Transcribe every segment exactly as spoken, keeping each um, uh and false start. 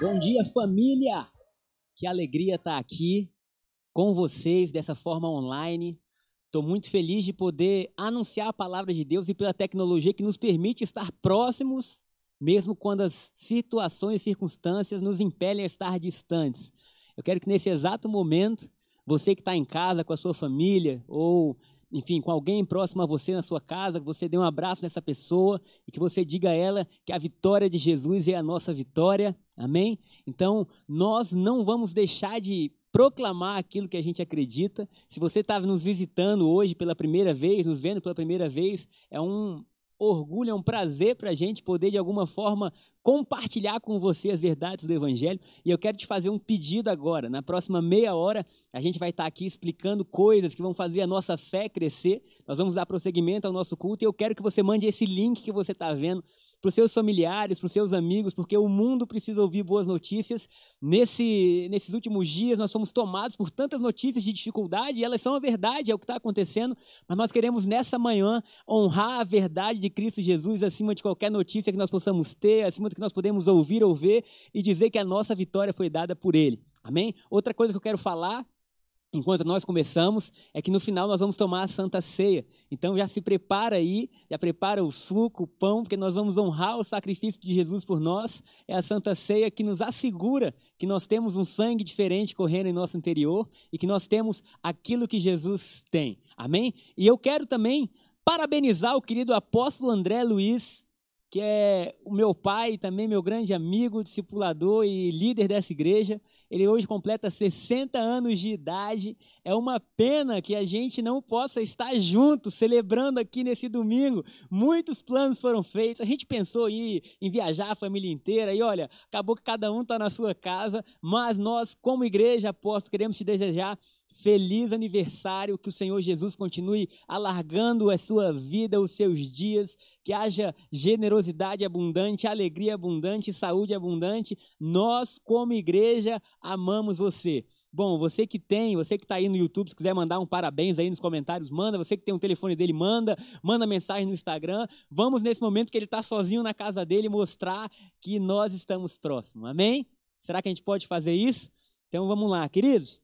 Bom dia, família! Que alegria estar aqui com vocês dessa forma online. Estou muito feliz de poder anunciar a palavra de Deus e pela tecnologia que nos permite estar próximos, mesmo quando as situações e circunstâncias nos impelem a estar distantes. Eu quero que nesse exato momento, você que está em casa com a sua família ou, enfim, com alguém próximo a você na sua casa, que você dê um abraço nessa pessoa e que você diga a ela que a vitória de Jesus é a nossa vitória. Amém? Então, nós não vamos deixar de proclamar aquilo que a gente acredita. Se você está nos visitando hoje pela primeira vez, nos vendo pela primeira vez, é um orgulho, é um prazer para a gente poder, de alguma forma, compartilhar com você as verdades do Evangelho. E eu quero te fazer um pedido agora. Na próxima meia hora, a gente vai estar aqui explicando coisas que vão fazer a nossa fé crescer. Nós vamos dar prosseguimento ao nosso culto e eu quero que você mande esse link que você está vendo para os seus familiares, para os seus amigos, porque o mundo precisa ouvir boas notícias. Nesse, nesses últimos dias, nós somos tomados por tantas notícias de dificuldade, e elas são a verdade, é o que está acontecendo, mas nós queremos, nessa manhã, honrar a verdade de Cristo Jesus acima de qualquer notícia que nós possamos ter, acima do que nós podemos ouvir ou ver, e dizer que a nossa vitória foi dada por Ele. Amém? Outra coisa que eu quero falar, enquanto nós começamos, é que no final nós vamos tomar a Santa Ceia. Então já se prepara aí, já prepara o suco, o pão, porque nós vamos honrar o sacrifício de Jesus por nós. É a Santa Ceia que nos assegura que nós temos um sangue diferente correndo em nosso interior e que nós temos aquilo que Jesus tem. Amém? E eu quero também parabenizar o querido apóstolo André Luiz, que é o meu pai, também meu grande amigo, discipulador e líder dessa igreja. Ele hoje completa sessenta anos de idade. É uma pena que a gente não possa estar junto, celebrando aqui nesse domingo. Muitos planos foram feitos. A gente pensou em, em viajar a família inteira. E olha, acabou que cada um está na sua casa. Mas nós, como igreja apóstolo, queremos te desejar feliz aniversário, que o Senhor Jesus continue alargando a sua vida, os seus dias, que haja generosidade abundante, alegria abundante, saúde abundante. Nós, como igreja, amamos você. Bom, você que tem, você que está aí no YouTube, se quiser mandar um parabéns aí nos comentários, manda. Você que tem o telefone dele, manda. Manda mensagem no Instagram. Vamos, nesse momento que ele está sozinho na casa dele, mostrar que nós estamos próximos. Amém? Será que a gente pode fazer isso? Então, vamos lá, queridos.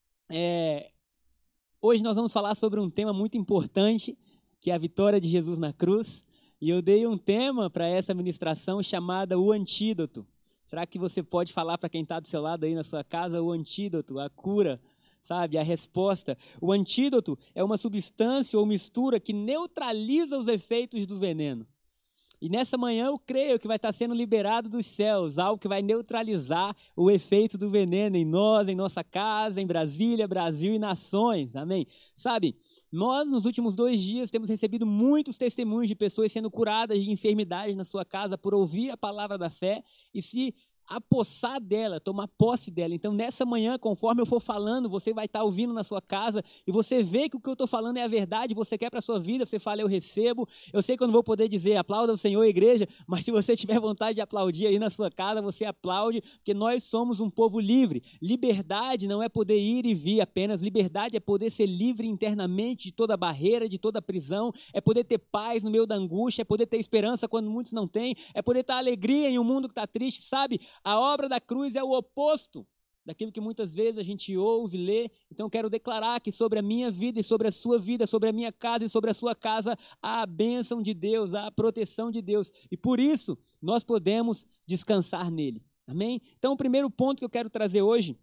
É, hoje nós vamos falar sobre um tema muito importante, que é a vitória de Jesus na cruz, e eu dei um tema para essa ministração chamada o antídoto. Será que você pode falar para quem está do seu lado aí na sua casa o antídoto, a cura, sabe, a resposta? O antídoto é uma substância ou mistura que neutraliza os efeitos do veneno. E nessa manhã eu creio que vai estar sendo liberado dos céus, algo que vai neutralizar o efeito do veneno em nós, em nossa casa, em Brasília, Brasil e nações, amém? Sabe, nós nos últimos dois dias temos recebido muitos testemunhos de pessoas sendo curadas de enfermidades na sua casa por ouvir a palavra da fé e se apossar dela, tomar posse dela. Então nessa manhã, conforme eu for falando, você vai estar ouvindo na sua casa e você vê que o que eu estou falando é a verdade, você quer para a sua vida, você fala, eu recebo. Eu sei que eu não vou poder dizer, aplauda o Senhor, igreja, mas se você tiver vontade de aplaudir aí na sua casa, você aplaude, porque nós somos um povo livre. Liberdade não é poder ir e vir apenas, liberdade é poder ser livre internamente de toda barreira, de toda prisão, é poder ter paz no meio da angústia, é poder ter esperança quando muitos não têm, é poder ter alegria em um mundo que está triste, sabe? A obra da cruz é o oposto daquilo que muitas vezes a gente ouve, lê. Então quero declarar que sobre a minha vida e sobre a sua vida, sobre a minha casa e sobre a sua casa, há a bênção de Deus, há a proteção de Deus. E por isso nós podemos descansar nele. Amém? Então o primeiro ponto que eu quero trazer hoje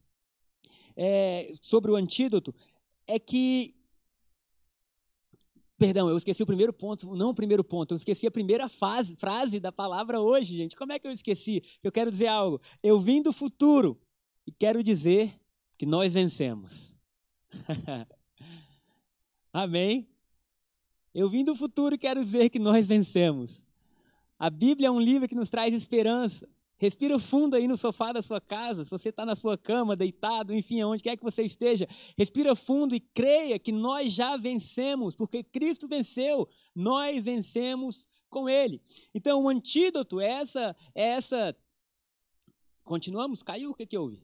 é, sobre o antídoto é que... Perdão, eu esqueci o primeiro ponto, não o primeiro ponto, eu esqueci a primeira fase, frase da palavra hoje, gente. Como é que eu esqueci? Eu quero dizer algo. Eu vim do futuro e quero dizer que nós vencemos. Amém? Eu vim do futuro e quero dizer que nós vencemos. A Bíblia é um livro que nos traz esperança. Respira fundo aí no sofá da sua casa, se você está na sua cama, deitado, enfim, aonde quer que você esteja. Respira fundo e creia que nós já vencemos, porque Cristo venceu, nós vencemos com Ele. Então, o antídoto é essa... É essa... Continuamos? Caiu? O que que houve?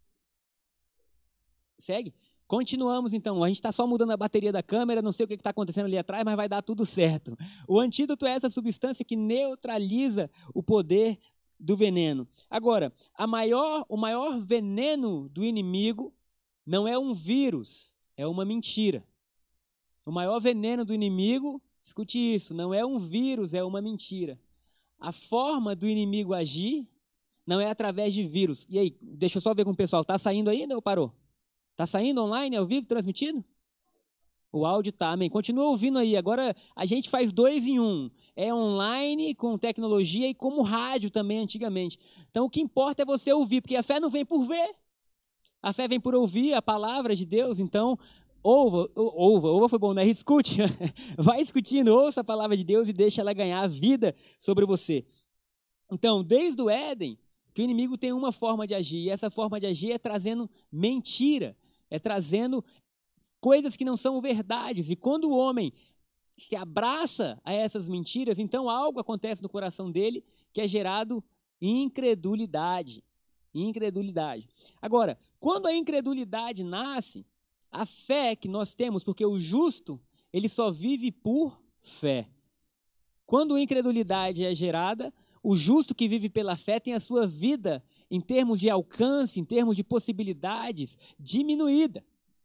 Segue? Continuamos então, a gente está só mudando a bateria da câmera, não sei o que está acontecendo ali atrás, mas vai dar tudo certo. O antídoto é essa substância que neutraliza o poder do veneno. Agora, a maior, o maior veneno do inimigo não é um vírus, é uma mentira. O maior veneno do inimigo, escute isso, não é um vírus, é uma mentira. A forma do inimigo agir não é através de vírus. E aí, deixa eu só ver com o pessoal, está saindo ainda ou parou? Está saindo online, ao vivo, transmitido? O áudio tá, amém. Continua ouvindo aí. Agora a gente faz dois em um. É online, com tecnologia e como rádio também antigamente. Então o que importa é você ouvir, porque a fé não vem por ver. A fé vem por ouvir a palavra de Deus. Então, ouva, ouva, ouva foi bom, né? Escute. Vai escutindo, ouça a palavra de Deus e deixa ela ganhar a vida sobre você. Então, desde o Éden, que o inimigo tem uma forma de agir. E essa forma de agir é trazendo mentira. É trazendo coisas que não são verdades, e quando o homem se abraça a essas mentiras, então algo acontece no coração dele que é gerado incredulidade. Incredulidade. Agora, quando a incredulidade nasce, a fé que nós temos, porque o justo, ele só vive por fé. Quando a incredulidade é gerada, o justo que vive pela fé tem a sua vida, em termos de alcance, em termos de possibilidades, diminuída.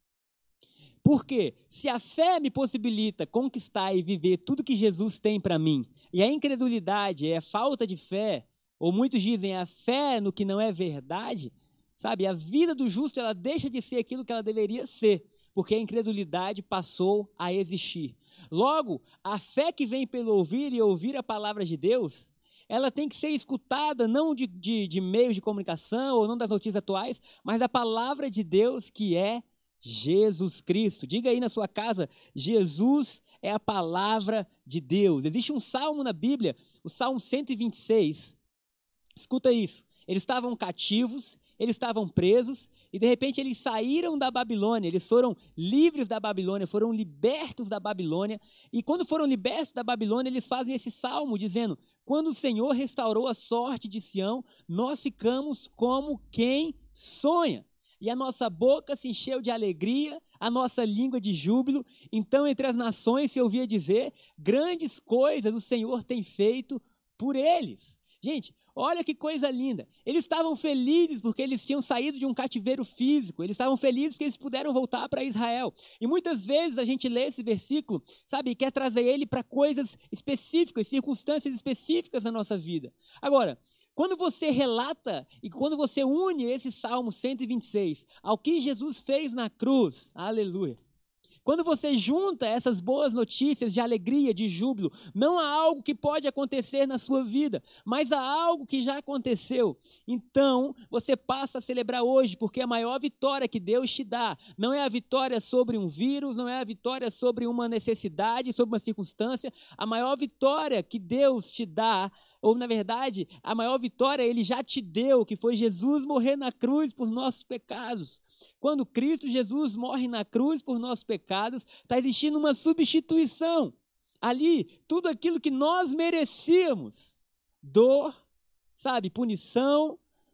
Porque se a fé me possibilita conquistar e viver tudo que Jesus tem para mim, e a incredulidade é falta de fé, ou muitos dizem a fé no que não é verdade, sabe? A vida do justo, ela deixa de ser aquilo que ela deveria ser, porque a incredulidade passou a existir. Logo, a fé que vem pelo ouvir e ouvir a palavra de Deus, ela tem que ser escutada não de, de, de meios de comunicação ou não das notícias atuais, mas da palavra de Deus que é Jesus Cristo. Diga aí na sua casa, Jesus é a palavra de Deus. Existe um salmo na Bíblia, o Salmo cento e vinte e seis. Escuta isso. Eles estavam cativos, eles estavam presos, e de repente eles saíram da Babilônia, eles foram livres da Babilônia, foram libertos da Babilônia, e quando foram libertos da Babilônia, eles fazem esse salmo dizendo: quando o Senhor restaurou a sorte de Sião, nós ficamos como quem sonha. E a nossa boca se encheu de alegria, a nossa língua de júbilo. Então, entre as nações se ouvia dizer: grandes coisas o Senhor tem feito por eles. Gente, olha que coisa linda. Eles estavam felizes porque eles tinham saído de um cativeiro físico. Eles estavam felizes porque eles puderam voltar para Israel. E muitas vezes a gente lê esse versículo, sabe, e quer trazer ele para coisas específicas, circunstâncias específicas na nossa vida. Agora, quando você relata e quando você une esse Salmo cento e vinte e seis ao que Jesus fez na cruz, aleluia. Quando você junta essas boas notícias de alegria, de júbilo, não há algo que pode acontecer na sua vida, mas há algo que já aconteceu. Então, você passa a celebrar hoje, porque a maior vitória que Deus te dá não é a vitória sobre um vírus, não é a vitória sobre uma necessidade, sobre uma circunstância. A maior vitória que Deus te dá, ou na verdade, a maior vitória Ele já te deu, que foi Jesus morrer na cruz por nossos pecados. Quando Cristo Jesus morre na cruz por nossos pecados, está existindo uma substituição. Ali, tudo aquilo que nós merecíamos, dor, sabe, punição,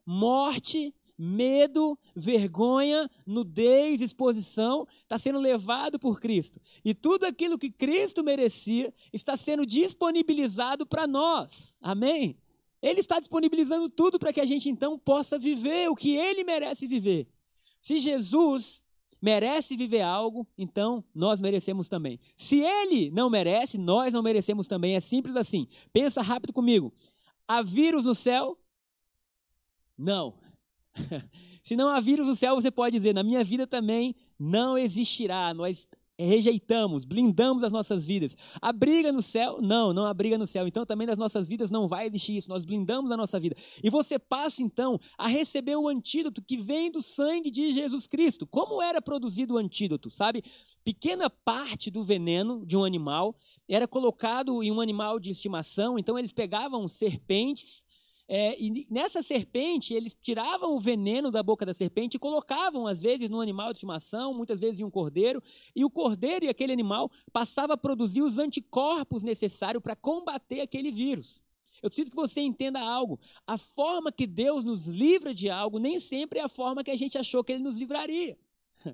morte, medo, vergonha, nudez, exposição, está sendo levado por Cristo. E tudo aquilo que Cristo merecia está sendo disponibilizado para nós. Amém? Ele está disponibilizando tudo para que a gente então possa viver o que Ele merece viver. Se Jesus merece viver algo, então nós merecemos também. Se Ele não merece, nós não merecemos também. É simples assim. Pensa rápido comigo. Há vírus no céu? Não. Se não há vírus no céu, você pode dizer: na minha vida também não existirá. Nós rejeitamos, blindamos as nossas vidas. Há briga no céu? Não, não há briga no céu. Então também nas nossas vidas não vai existir isso. Nós blindamos a nossa vida. E você passa então a receber o antídoto que vem do sangue de Jesus Cristo. Como era produzido o antídoto, sabe? Pequena parte do veneno de um animal era colocado em um animal de estimação. Então eles pegavam serpentes, É, e nessa serpente, eles tiravam o veneno da boca da serpente e colocavam, às vezes, num animal de estimação, muitas vezes em um cordeiro, e o cordeiro e aquele animal passavam a produzir os anticorpos necessários para combater aquele vírus. Eu preciso que você entenda algo. A forma que Deus nos livra de algo nem sempre é a forma que a gente achou que Ele nos livraria.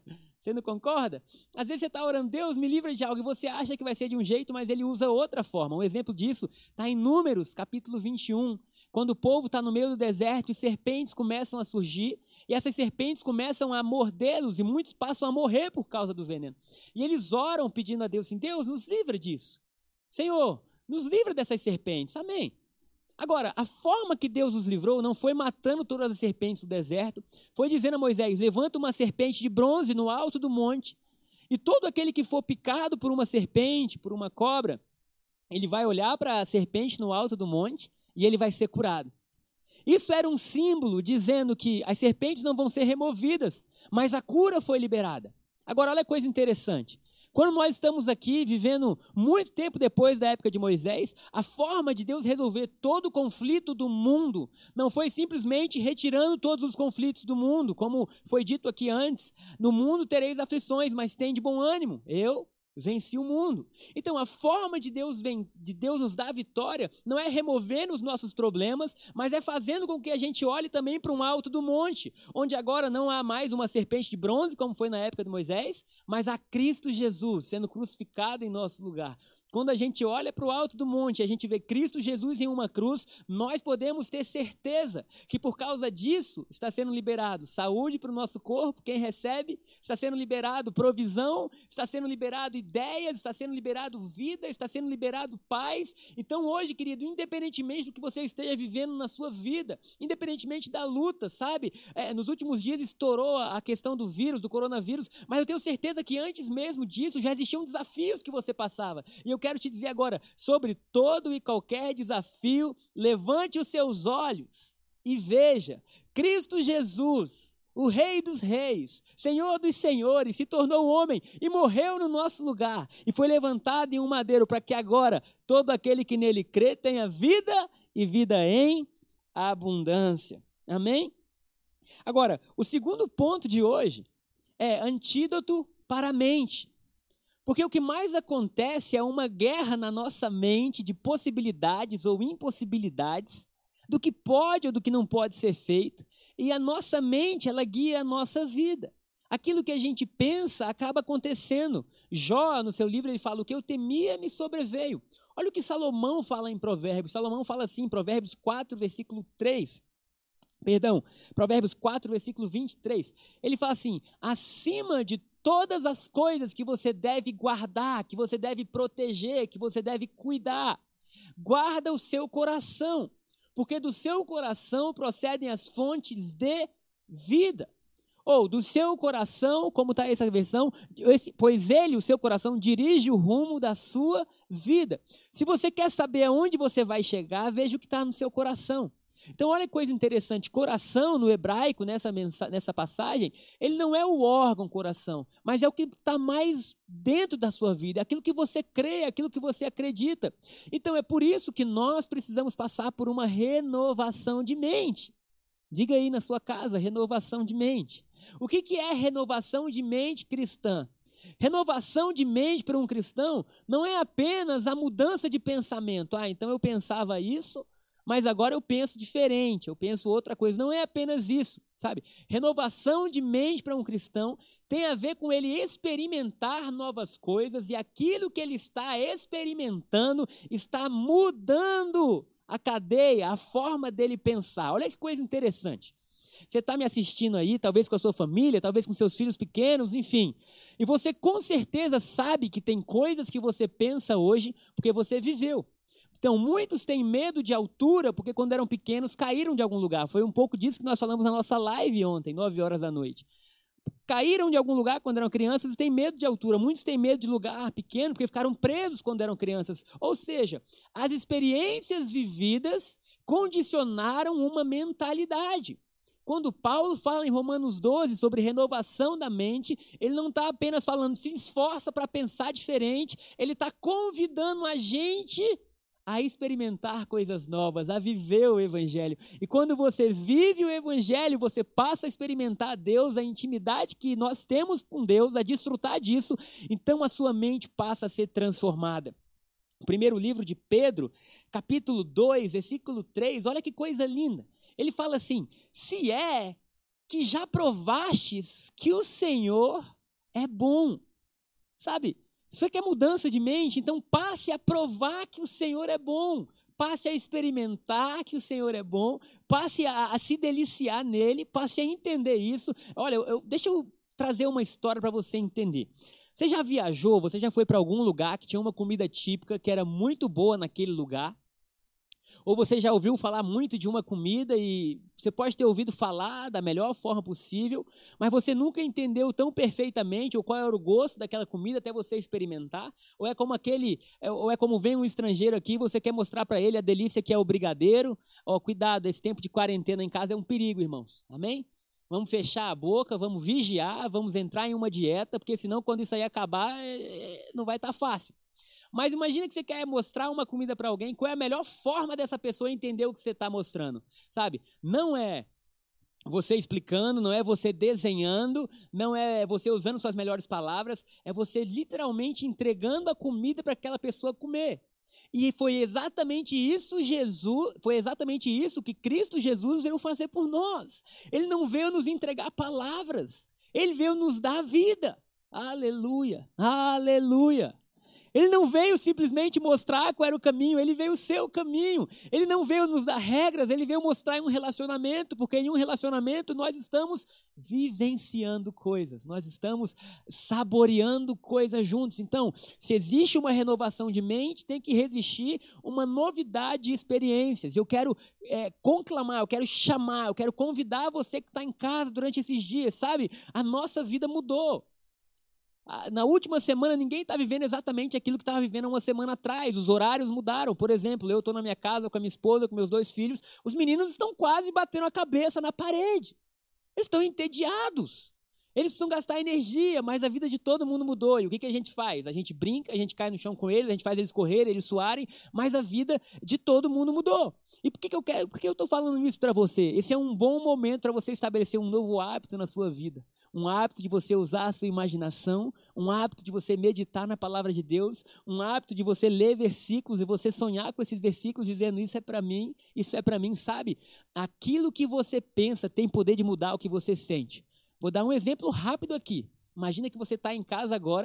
Você não concorda? Às vezes você está orando, Deus me livra de algo, e você acha que vai ser de um jeito, mas ele usa outra forma. Um exemplo disso está em Números, capítulo vinte e um, quando o povo está no meio do deserto e serpentes começam a surgir, e essas serpentes começam a mordê-los, e muitos passam a morrer por causa do veneno. E eles oram pedindo a Deus assim, Deus, nos livra disso. Senhor, nos livra dessas serpentes. Amém. Agora, a forma que Deus os livrou não foi matando todas as serpentes do deserto, foi dizendo a Moisés, levanta uma serpente de bronze no alto do monte, e todo aquele que for picado por uma serpente, por uma cobra, ele vai olhar para a serpente no alto do monte e ele vai ser curado. Isso era um símbolo dizendo que as serpentes não vão ser removidas, mas a cura foi liberada. Agora, olha a coisa interessante. Quando nós estamos aqui vivendo muito tempo depois da época de Moisés, a forma de Deus resolver todo o conflito do mundo não foi simplesmente retirando todos os conflitos do mundo, como foi dito aqui antes, no mundo tereis aflições, mas tem de bom ânimo, eu venci o mundo. Então a forma de Deus, vem, de Deus nos dar a vitória não é removendo os nossos problemas, mas é fazendo com que a gente olhe também para um alto do monte, onde agora não há mais uma serpente de bronze, como foi na época de Moisés, mas há Cristo Jesus sendo crucificado em nosso lugar. Quando a gente olha para o alto do monte, a gente vê Cristo Jesus em uma cruz, nós podemos ter certeza que por causa disso está sendo liberado saúde para o nosso corpo, quem recebe, está sendo liberado provisão, está sendo liberado ideias, está sendo liberado vida, está sendo liberado paz. Então hoje, querido, independentemente do que você esteja vivendo na sua vida, independentemente da luta, sabe? É, nos últimos dias estourou a questão do vírus, do coronavírus, mas eu tenho certeza que antes mesmo disso já existiam desafios que você passava. E eu quero te dizer agora, sobre todo e qualquer desafio, levante os seus olhos e veja, Cristo Jesus, o Rei dos Reis, Senhor dos Senhores, se tornou homem e morreu no nosso lugar e foi levantado em um madeiro para que agora todo aquele que nele crê tenha vida e vida em abundância. Amém? Agora, o segundo ponto de hoje é antídoto para a mente. Porque o que mais acontece é uma guerra na nossa mente de possibilidades ou impossibilidades, do que pode ou do que não pode ser feito, e a nossa mente, ela guia a nossa vida. Aquilo que a gente pensa acaba acontecendo. Jó, no seu livro, ele fala, o que eu temia me sobreveio. Olha o que Salomão fala em Provérbios. Salomão fala assim, em Provérbios quatro, versículo três. Perdão, Provérbios quatro, versículo vinte e três. Ele fala assim, acima de todas as coisas que você deve guardar, que você deve proteger, que você deve cuidar, guarda o seu coração, porque do seu coração procedem as fontes de vida. Ou do seu coração, como está essa versão, esse, pois ele, o seu coração, dirige o rumo da sua vida. Se você quer saber aonde você vai chegar, veja o que está no seu coração. Então, olha que coisa interessante, coração no hebraico, nessa, mensa, nessa passagem, ele não é o órgão coração, mas é o que está mais dentro da sua vida, é aquilo que você crê, é aquilo que você acredita. Então, é por isso que nós precisamos passar por uma renovação de mente. Diga aí na sua casa, renovação de mente. O que, que é renovação de mente cristã? Renovação de mente para um cristão não é apenas a mudança de pensamento. Ah, então eu pensava isso, mas agora eu penso diferente, eu penso outra coisa. Não é apenas isso, sabe? Renovação de mente para um cristão tem a ver com ele experimentar novas coisas e aquilo que ele está experimentando está mudando a cadeia, a forma dele pensar. Olha que coisa interessante. Você está me assistindo aí, talvez com a sua família, talvez com seus filhos pequenos, enfim. E você com certeza sabe que tem coisas que você pensa hoje porque você viveu. Então, muitos têm medo de altura porque quando eram pequenos caíram de algum lugar. Foi um pouco disso que nós falamos na nossa live ontem, nove horas da noite. Caíram de algum lugar quando eram crianças e têm medo de altura. Muitos têm medo de lugar pequeno porque ficaram presos quando eram crianças. Ou seja, as experiências vividas condicionaram uma mentalidade. Quando Paulo fala em Romanos doze sobre renovação da mente, ele não está apenas falando, se esforça para pensar diferente, ele está convidando a gente a experimentar coisas novas, a viver o Evangelho. E quando você vive o Evangelho, você passa a experimentar Deus, a intimidade que nós temos com Deus, a desfrutar disso, então a sua mente passa a ser transformada. O primeiro livro de Pedro, capítulo dois, versículo três, olha que coisa linda. Ele fala assim, se é que já provastes que o Senhor é bom. Sabe? Você quer mudança de mente? Então passe a provar que o Senhor é bom. Passe a experimentar que o Senhor é bom. Passe a, a se deliciar nele. Passe a entender isso. Olha, eu, eu, deixa eu trazer uma história para você entender. Você já viajou? Você já foi para algum lugar que tinha uma comida típica que era muito boa naquele lugar? Ou você já ouviu falar muito de uma comida e você pode ter ouvido falar da melhor forma possível, mas você nunca entendeu tão perfeitamente ou qual era o gosto daquela comida até você experimentar? Ou é como aquele, ou é como vem um estrangeiro aqui, você quer mostrar para ele a delícia que é o brigadeiro? Ó, cuidado, esse tempo de quarentena em casa é um perigo, irmãos. Amém? Vamos fechar a boca, vamos vigiar, vamos entrar em uma dieta, porque senão quando isso aí acabar, não vai estar fácil. Mas imagina que você quer mostrar uma comida para alguém, qual é a melhor forma dessa pessoa entender o que você está mostrando, sabe? Não é você explicando, não é você desenhando, não é você usando suas melhores palavras, é você literalmente entregando a comida para aquela pessoa comer. E foi exatamente isso Jesus, foi exatamente isso que Cristo Jesus veio fazer por nós. Ele não veio nos entregar palavras, ele veio nos dar vida. Aleluia, aleluia. Ele não veio simplesmente mostrar qual era o caminho, ele veio ser o caminho. Ele não veio nos dar regras, ele veio mostrar em um relacionamento, porque em um relacionamento nós estamos vivenciando coisas, nós estamos saboreando coisas juntos. Então, se existe uma renovação de mente, tem que resistir uma novidade de experiências. Eu quero é, conclamar, eu quero chamar, eu quero convidar você que está em casa durante esses dias, sabe? A nossa vida mudou. Na última semana, ninguém está vivendo exatamente aquilo que estava vivendo uma semana atrás. Os horários mudaram. Por exemplo, eu estou na minha casa com a minha esposa, com meus dois filhos. Os meninos estão quase batendo a cabeça na parede. Eles estão entediados. Eles precisam gastar energia, mas a vida de todo mundo mudou. E o que, que a gente faz? A gente brinca, a gente cai no chão com eles, a gente faz eles correrem, eles suarem, mas a vida de todo mundo mudou. E por que, que eu quero? Por que eu estou falando isso para você? Esse é um bom momento para você estabelecer um novo hábito na sua vida. Um hábito de você usar a sua imaginação, um hábito de você meditar na palavra de Deus, um hábito de você ler versículos e você sonhar com esses versículos dizendo isso é para mim, isso é para mim, sabe? Aquilo que você pensa tem poder de mudar o que você sente. Vou dar um exemplo rápido aqui. Imagina que você está em casa agora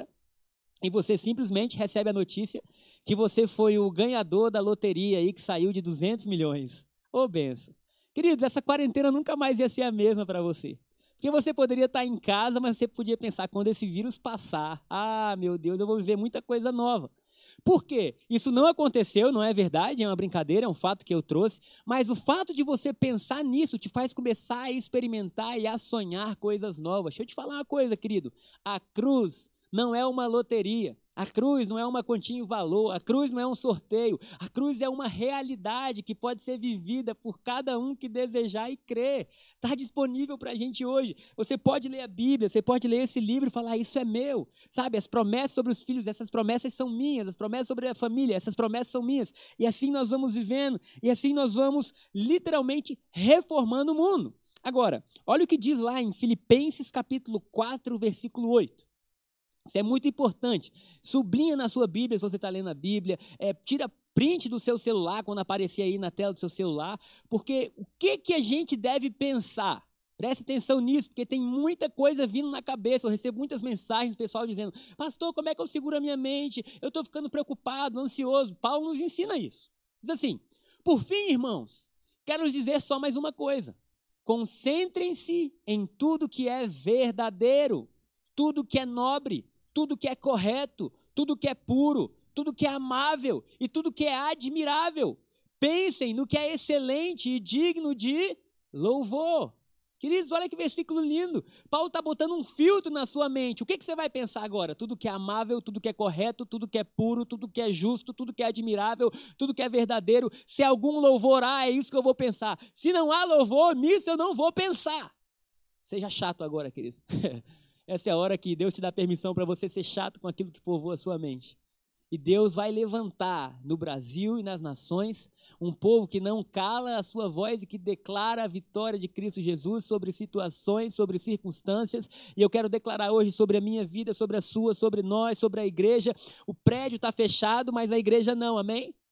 e você simplesmente recebe a notícia que você foi o ganhador da loteria aí que saiu de duzentos milhões. Ô, benção. Queridos, essa quarentena nunca mais ia ser a mesma para você. Porque você poderia estar em casa, mas você podia pensar, quando esse vírus passar, ah, meu Deus, eu vou viver muita coisa nova. Por quê? Isso não aconteceu, não é verdade, é uma brincadeira, é um fato que eu trouxe, mas o fato de você pensar nisso te faz começar a experimentar e a sonhar coisas novas. Deixa eu te falar uma coisa, querido, a cruz não é uma loteria. A cruz não é uma continha valor, a cruz não é um sorteio, a cruz é uma realidade que pode ser vivida por cada um que desejar e crer. Está disponível para a gente hoje. Você pode ler a Bíblia, você pode ler esse livro e falar, isso é meu. Sabe, as promessas sobre os filhos, essas promessas são minhas, as promessas sobre a família, essas promessas são minhas. E assim nós vamos vivendo, e assim nós vamos literalmente reformando o mundo. Agora, olha o que diz lá em Filipenses capítulo quatro, versículo oito. Isso é muito importante. Sublinha na sua Bíblia, se você está lendo a Bíblia, é, tira print do seu celular, quando aparecer aí na tela do seu celular, porque o que, que a gente deve pensar? Preste atenção nisso, porque tem muita coisa vindo na cabeça. Eu recebo muitas mensagens do pessoal dizendo, pastor, como é que eu seguro a minha mente? Eu estou ficando preocupado, ansioso. Paulo nos ensina isso. Diz assim, por fim, irmãos, quero lhes dizer só mais uma coisa. Concentrem-se em tudo que é verdadeiro, tudo que é nobre, tudo que é correto, tudo que é puro, tudo que é amável e tudo que é admirável. Pensem no que é excelente e digno de louvor. Queridos, olha que versículo lindo. Paulo está botando um filtro na sua mente. O que, que você vai pensar agora? Tudo que é amável, tudo que é correto, tudo que é puro, tudo que é justo, tudo que é admirável, tudo que é verdadeiro. Se algum louvor há, é isso que eu vou pensar. Se não há louvor, nisso eu não vou pensar. Seja chato agora, querido. Essa é a hora que Deus te dá permissão para você ser chato com aquilo que povoa a sua mente. E Deus vai levantar no Brasil e nas nações um povo que não cala a sua voz e que declara a vitória de Cristo Jesus sobre situações, sobre circunstâncias. E eu quero declarar hoje sobre a minha vida, sobre a sua, sobre nós, sobre a igreja. O prédio está fechado, mas a igreja não, amém?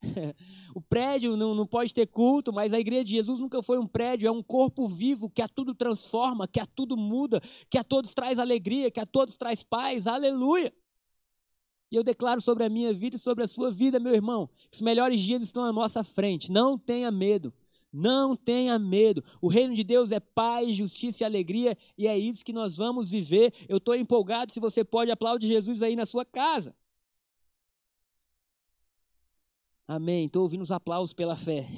O prédio não, não pode ter culto, mas a igreja de Jesus nunca foi um prédio, é um corpo vivo que a tudo transforma, que a tudo muda, que a todos traz alegria, que a todos traz paz, aleluia. E eu declaro sobre a minha vida e sobre a sua vida, meu irmão, que os melhores dias estão à nossa frente, não tenha medo. Não tenha medo, o reino de Deus é paz, justiça e alegria, e é isso que nós vamos viver. Eu estou empolgado, se você pode, aplaudir Jesus aí na sua casa. Amém, estou ouvindo os aplausos pela fé.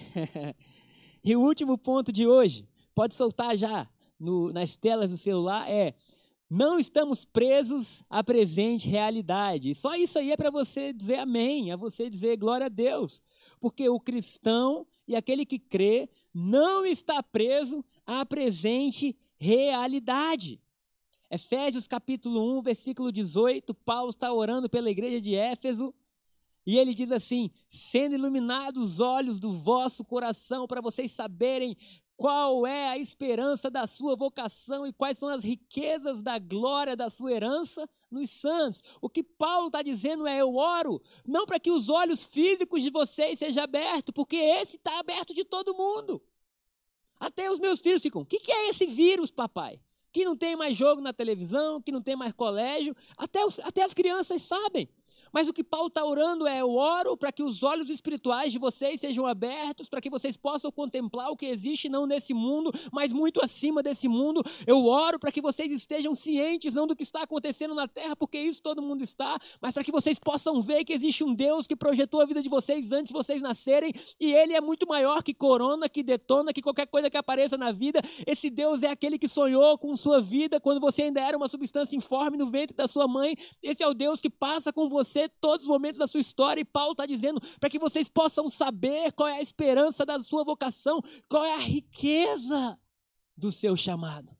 E o último ponto de hoje, pode soltar já no, nas telas do celular, é: não estamos presos à presente realidade. Só isso aí é para você dizer amém, é você dizer glória a Deus, porque o cristão e aquele que crê não está preso à presente realidade. Efésios capítulo um, versículo dezoito, Paulo está orando pela igreja de Éfeso, e ele diz assim: sendo iluminados os olhos do vosso coração, para vocês saberem qual é a esperança da sua vocação e quais são as riquezas da glória da sua herança nos santos. O que Paulo está dizendo é: eu oro, não para que os olhos físicos de vocês sejam abertos, porque esse está aberto de todo mundo. Até os meus filhos ficam: o que, que é esse vírus, papai? Que não tem mais jogo na televisão, que não tem mais colégio. Até, os, até as crianças sabem. Mas o que Paulo está orando é: eu oro para que os olhos espirituais de vocês sejam abertos, para que vocês possam contemplar o que existe não nesse mundo, mas muito acima desse mundo. Eu oro para que vocês estejam cientes não do que está acontecendo na terra, porque isso todo mundo está, mas para que vocês possam ver que existe um Deus que projetou a vida de vocês antes de vocês nascerem, e Ele é muito maior que corona, que detona, que qualquer coisa que apareça na vida. Esse Deus é aquele que sonhou com sua vida quando você ainda era uma substância informe no ventre da sua mãe. Esse é o Deus que passa com você todos os momentos da sua história, e Paulo está dizendo para que vocês possam saber qual é a esperança da sua vocação, qual é a riqueza do seu chamado.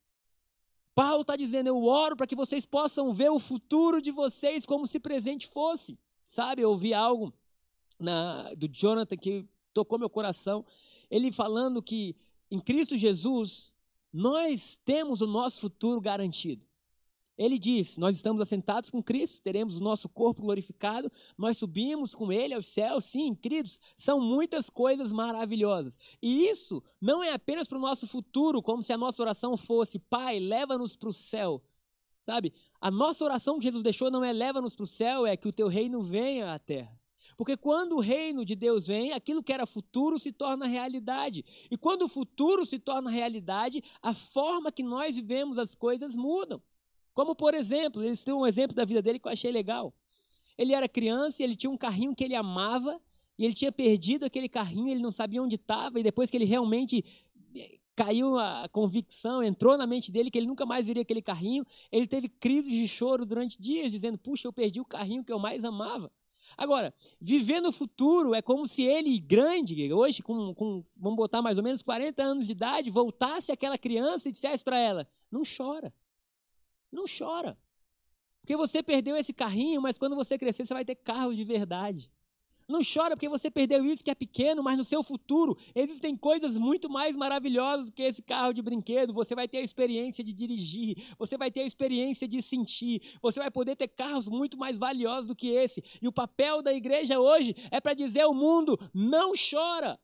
Paulo está dizendo: eu oro para que vocês possam ver o futuro de vocês como se presente fosse. Sabe, eu ouvi algo na, do Jonathan que tocou meu coração, ele falando que em Cristo Jesus nós temos o nosso futuro garantido. Ele diz: nós estamos assentados com Cristo, teremos o nosso corpo glorificado, nós subimos com Ele aos céus. Sim, queridos, são muitas coisas maravilhosas. E isso não é apenas para o nosso futuro, como se a nossa oração fosse: Pai, leva-nos para o céu. Sabe, a nossa oração que Jesus deixou não é leva-nos para o céu, é que o teu reino venha à terra. Porque quando o reino de Deus vem, aquilo que era futuro se torna realidade. E quando o futuro se torna realidade, a forma que nós vivemos as coisas mudam. Como, por exemplo, eles têm um exemplo da vida dele que eu achei legal. Ele era criança e ele tinha um carrinho que ele amava, e ele tinha perdido aquele carrinho, ele não sabia onde estava, e depois que ele realmente caiu a convicção, entrou na mente dele que ele nunca mais viria aquele carrinho, ele teve crises de choro durante dias, dizendo: puxa, eu perdi o carrinho que eu mais amava. Agora, viver no futuro é como se ele, grande, hoje, com, com, vamos botar mais ou menos quarenta anos de idade, voltasse àquela criança e dissesse para ela: não chora. Não chora, porque você perdeu esse carrinho, mas quando você crescer você vai ter carro de verdade. Não chora porque você perdeu isso que é pequeno, mas no seu futuro existem coisas muito mais maravilhosas do que esse carro de brinquedo. Você vai ter a experiência de dirigir, você vai ter a experiência de sentir, você vai poder ter carros muito mais valiosos do que esse. E o papel da igreja hoje é para dizer ao mundo: não chora.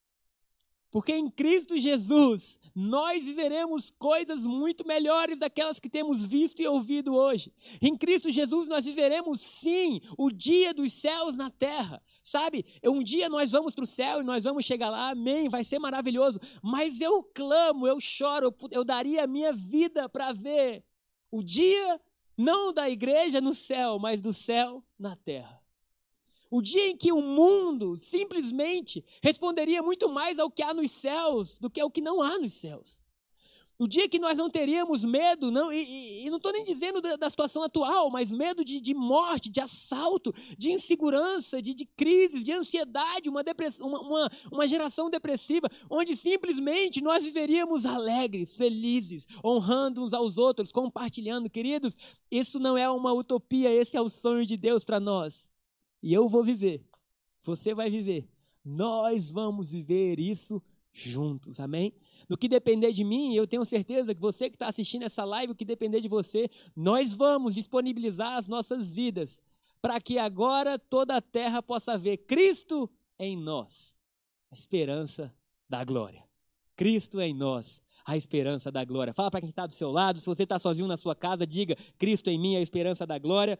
Porque em Cristo Jesus, nós viveremos coisas muito melhores daquelas que temos visto e ouvido hoje. Em Cristo Jesus, nós viveremos, sim, o dia dos céus na terra. Sabe, um dia nós vamos para o céu e nós vamos chegar lá, amém, vai ser maravilhoso. Mas eu clamo, eu choro, eu, eu daria a minha vida para ver o dia, não da igreja no céu, mas do céu na terra. O dia em que o mundo simplesmente responderia muito mais ao que há nos céus do que ao que não há nos céus. O dia que nós não teríamos medo, não, e, e, e não estou nem dizendo da, da situação atual, mas medo de, de morte, de assalto, de insegurança, de, de crise, de ansiedade, uma, uma, uma, uma geração depressiva, onde simplesmente nós viveríamos alegres, felizes, honrando uns aos outros, compartilhando. Queridos, isso não é uma utopia, esse é o sonho de Deus para nós. E eu vou viver, você vai viver, nós vamos viver isso juntos, amém? No que depender de mim, eu tenho certeza que você que está assistindo essa live, o que depender de você, nós vamos disponibilizar as nossas vidas, para que agora toda a terra possa ver Cristo em nós, a esperança da glória. Cristo em nós, a esperança da glória. Fala para quem está do seu lado, se você está sozinho na sua casa, diga: Cristo em mim, a esperança da glória.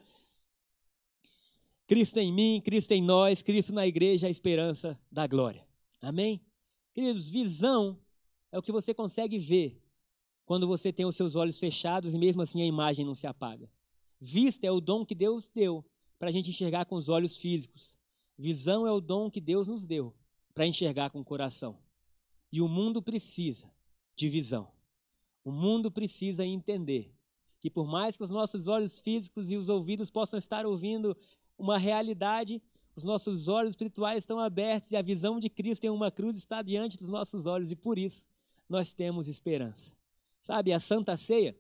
Cristo em mim, Cristo em nós, Cristo na igreja, a esperança da glória. Amém? Queridos, visão é o que você consegue ver quando você tem os seus olhos fechados e mesmo assim a imagem não se apaga. Vista é o dom que Deus deu para a gente enxergar com os olhos físicos. Visão é o dom que Deus nos deu para enxergar com o coração. E o mundo precisa de visão. O mundo precisa entender que por mais que os nossos olhos físicos e os ouvidos possam estar ouvindo uma realidade, os nossos olhos espirituais estão abertos e a visão de Cristo em uma cruz está diante dos nossos olhos e por isso nós temos esperança. Sabe, a Santa Ceia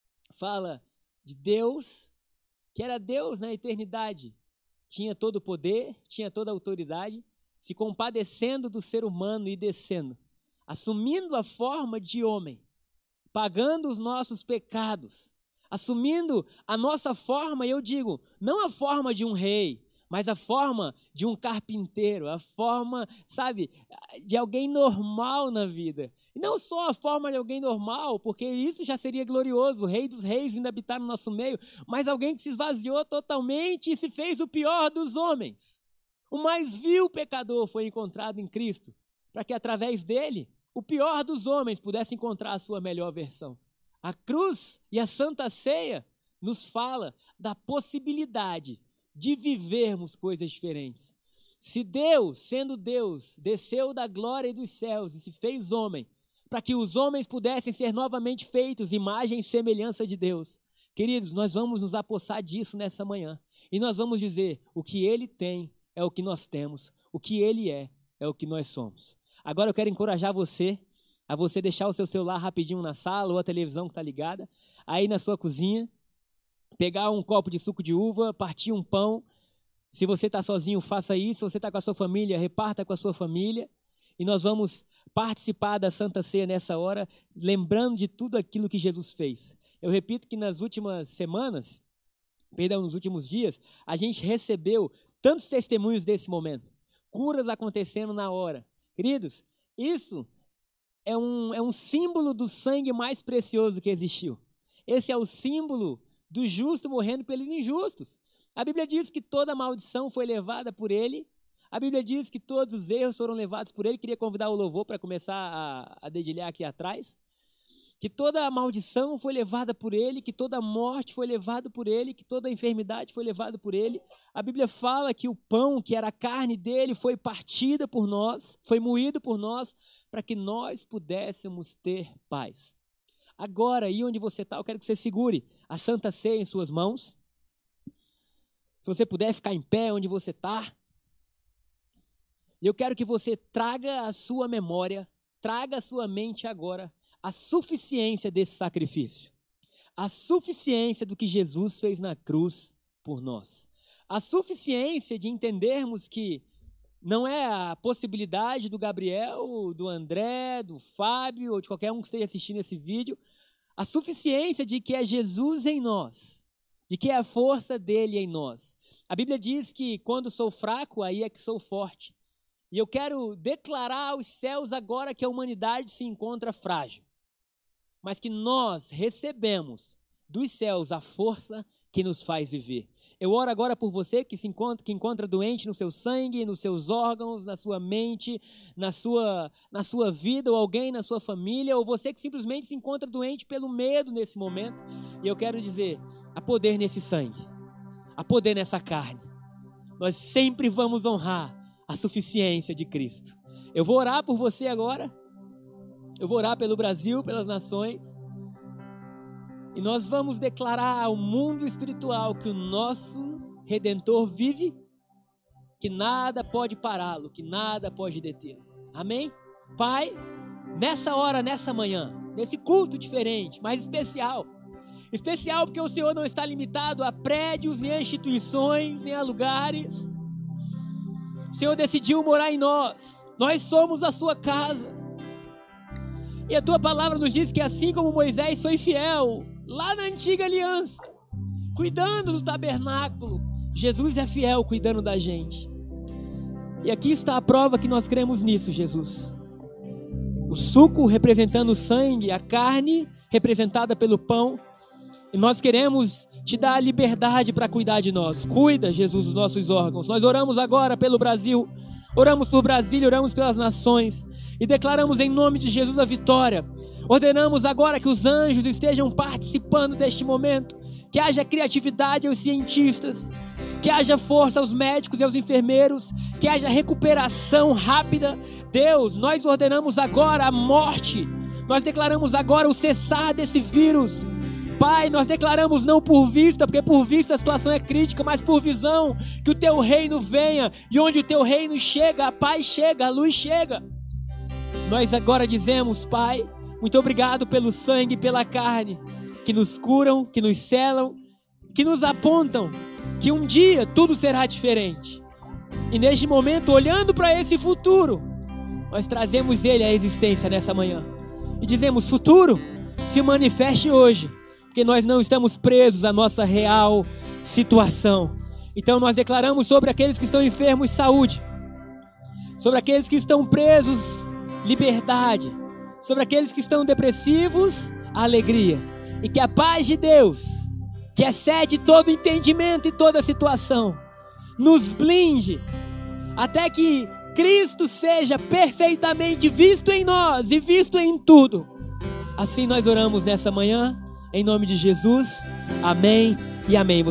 fala de Deus, que era Deus na eternidade, tinha todo o poder, tinha toda a autoridade, se compadecendo do ser humano e descendo, assumindo a forma de homem, pagando os nossos pecados, assumindo a nossa forma, e eu digo, não a forma de um rei, mas a forma de um carpinteiro, a forma, sabe, de alguém normal na vida. E não só a forma de alguém normal, porque isso já seria glorioso, o rei dos reis vindo habitar no nosso meio, mas alguém que se esvaziou totalmente e se fez o pior dos homens. O mais vil pecador foi encontrado em Cristo, para que através dele, o pior dos homens pudesse encontrar a sua melhor versão. A cruz e a Santa Ceia nos fala da possibilidade de vivermos coisas diferentes. Se Deus, sendo Deus, desceu da glória dos céus e se fez homem, para que os homens pudessem ser novamente feitos imagem e semelhança de Deus, queridos, nós vamos nos apossar disso nessa manhã. E nós vamos dizer, o que Ele tem é o que nós temos, o que Ele é, é o que nós somos. Agora eu quero encorajar você, a você deixar o seu celular rapidinho na sala ou a televisão que está ligada, aí na sua cozinha, pegar um copo de suco de uva, partir um pão. Se você está sozinho, faça isso. Se você está com a sua família, reparta com a sua família. E nós vamos participar da Santa Ceia nessa hora, lembrando de tudo aquilo que Jesus fez. Eu repito que nas últimas semanas, perdão, nos últimos dias, a gente recebeu tantos testemunhos desse momento. Curas acontecendo na hora. Queridos, isso é um, é um símbolo do sangue mais precioso que existiu. Esse é o símbolo do justo morrendo pelos injustos. A Bíblia diz que toda maldição foi levada por ele. A Bíblia diz que todos os erros foram levados por ele. Queria convidar o louvor para começar a, a dedilhar aqui atrás. Que toda a maldição foi levada por ele, que toda a morte foi levada por ele, que toda a enfermidade foi levada por ele. A Bíblia fala que o pão, que era a carne dele, foi partida por nós, foi moído por nós, para que nós pudéssemos ter paz. Agora, aí onde você está, eu quero que você segure a Santa Ceia em suas mãos. Se você puder ficar em pé onde você está. E eu quero que você traga a sua memória, traga a sua mente agora a suficiência desse sacrifício. A suficiência do que Jesus fez na cruz por nós. A suficiência de entendermos que não é a possibilidade do Gabriel, do André, do Fábio, ou de qualquer um que esteja assistindo esse vídeo, a suficiência de que é Jesus em nós, de que é a força dele em nós. A Bíblia diz que quando sou fraco, aí é que sou forte. E eu quero declarar aos céus agora que a humanidade se encontra frágil, mas que nós recebemos dos céus a força que nos faz viver. Eu oro agora por você que se encontra, que encontra doente no seu sangue, nos seus órgãos, na sua mente, na sua, na sua vida, ou alguém na sua família, ou você que simplesmente se encontra doente pelo medo nesse momento. E eu quero dizer, há poder nesse sangue, há poder nessa carne. Nós sempre vamos honrar a suficiência de Cristo. Eu vou orar por você agora. Eu vou orar pelo Brasil, pelas nações. E nós vamos declarar ao mundo espiritual que o nosso Redentor vive, que nada pode pará-lo, que nada pode detê-lo. Amém? Pai, nessa hora, nessa manhã, nesse culto diferente, mas especial. Especial porque o Senhor não está limitado a prédios, nem a instituições, nem a lugares. O Senhor decidiu morar em nós. Nós somos a sua casa. E a tua palavra nos diz que assim como Moisés foi fiel lá na antiga aliança, cuidando do tabernáculo, Jesus é fiel cuidando da gente. E aqui está a prova que nós cremos nisso, Jesus. O suco representando o sangue, a carne representada pelo pão. E nós queremos te dar a liberdade para cuidar de nós. Cuida, Jesus, dos nossos órgãos. Nós oramos agora pelo Brasil. Oramos por Brasília, oramos pelas nações. E declaramos em nome de Jesus a vitória. Ordenamos agora que os anjos estejam participando deste momento. Que haja criatividade aos cientistas. Que haja força aos médicos e aos enfermeiros. Que haja recuperação rápida. Deus, nós ordenamos agora a morte. Nós declaramos agora o cessar desse vírus. Pai, nós declaramos não por vista, porque por vista a situação é crítica, mas por visão, que o teu reino venha, e onde o teu reino chega, a paz chega, a luz chega. Nós agora dizemos, Pai, muito obrigado pelo sangue e pela carne, que nos curam, que nos selam, que nos apontam, que um dia tudo será diferente. E neste momento, olhando para esse futuro, nós trazemos ele à existência nessa manhã. E dizemos, futuro, se manifeste hoje. Porque nós não estamos presos à nossa real situação. Então nós declaramos sobre aqueles que estão enfermos, saúde. Sobre aqueles que estão presos, liberdade. Sobre aqueles que estão depressivos, alegria. E que a paz de Deus, que excede todo entendimento e toda situação, nos blinde, até que Cristo seja perfeitamente visto em nós e visto em tudo. Assim nós oramos nessa manhã. Em nome de Jesus, amém e amém.